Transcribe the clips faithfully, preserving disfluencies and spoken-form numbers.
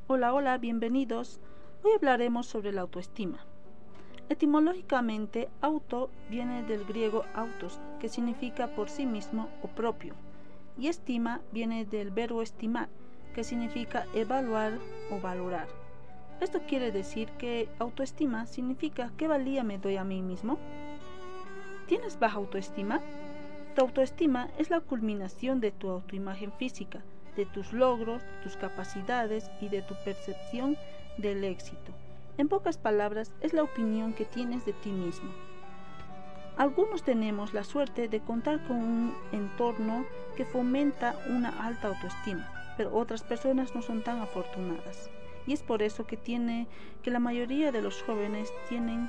Hola, hola, bienvenidos. Hoy hablaremos sobre la autoestima. Etimológicamente, auto viene del griego autos, que significa por sí mismo o propio, y estima viene del verbo estimar, que significa evaluar o valorar. Esto quiere decir que autoestima significa qué valía me doy a mí mismo. ¿Tienes baja autoestima? Tu autoestima es la culminación de tu autoimagen física, de tus logros, de tus capacidades y de tu percepción del éxito. En pocas palabras, es la opinión que tienes de ti mismo. Algunos tenemos la suerte de contar con un entorno que fomenta una alta autoestima, pero otras personas no son tan afortunadas. Y es por eso que tiene que la mayoría de los jóvenes tienen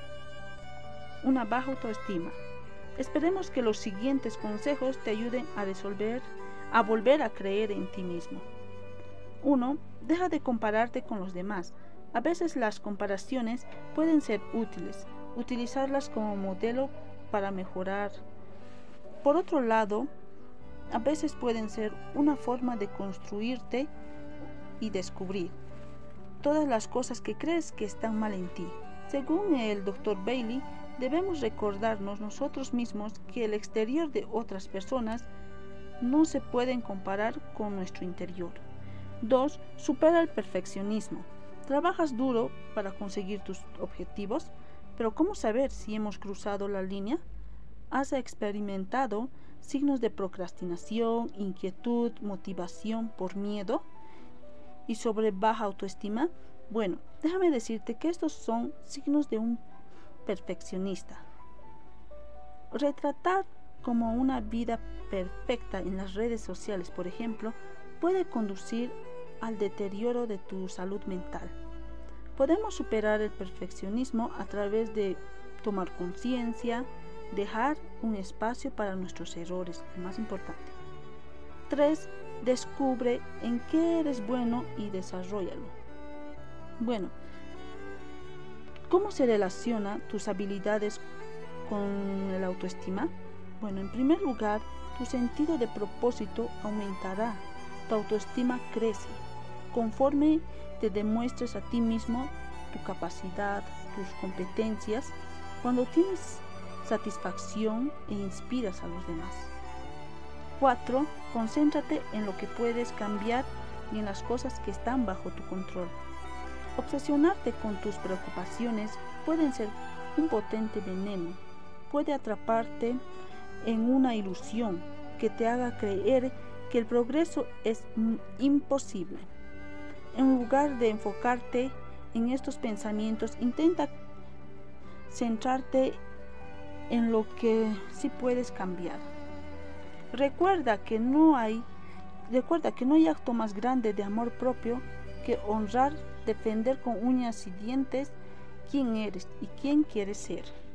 una baja autoestima. Esperemos que los siguientes consejos te ayuden a resolver, a volver a creer en ti mismo. uno. Deja de compararte con los demás. A veces las comparaciones pueden ser útiles, utilizarlas como modelo para mejorar. Por otro lado, a veces pueden ser una forma de construirte y descubrir todas las cosas que crees que están mal en ti. Según el doctor Bailey, debemos recordarnos nosotros mismos que el exterior de otras personas no se pueden comparar con nuestro interior. dos. Supera el perfeccionismo. Trabajas duro para conseguir tus objetivos, pero ¿cómo saber si hemos cruzado la línea? ¿Has experimentado signos de procrastinación, inquietud, motivación por miedo y sobre baja autoestima? Bueno, déjame decirte que estos son signos de un perfeccionista. Retratar como una vida perfecta en las redes sociales, por ejemplo, puede conducir al deterioro de tu salud mental. Podemos superar el perfeccionismo a través de tomar conciencia, dejar un espacio para nuestros errores, lo más importante. tres. Descubre en qué eres bueno y desarróllalo. Bueno, ¿cómo se relaciona tus habilidades con la autoestima? Bueno, en primer lugar, tu sentido de propósito aumentará, tu autoestima crece, conforme te demuestres a ti mismo tu capacidad, tus competencias, cuando tienes satisfacción e inspiras a los demás. cuatro. Concéntrate en lo que puedes cambiar y en las cosas que están bajo tu control. Obsesionarte con tus preocupaciones pueden ser un potente veneno. Puede atraparte en una ilusión que te haga creer que el progreso es imposible. En lugar de enfocarte en estos pensamientos, intenta centrarte en lo que sí puedes cambiar. Recuerda que no hay, recuerda que no hay acto más grande de amor propio que honrar, defender con uñas y dientes quién eres y quién quieres ser.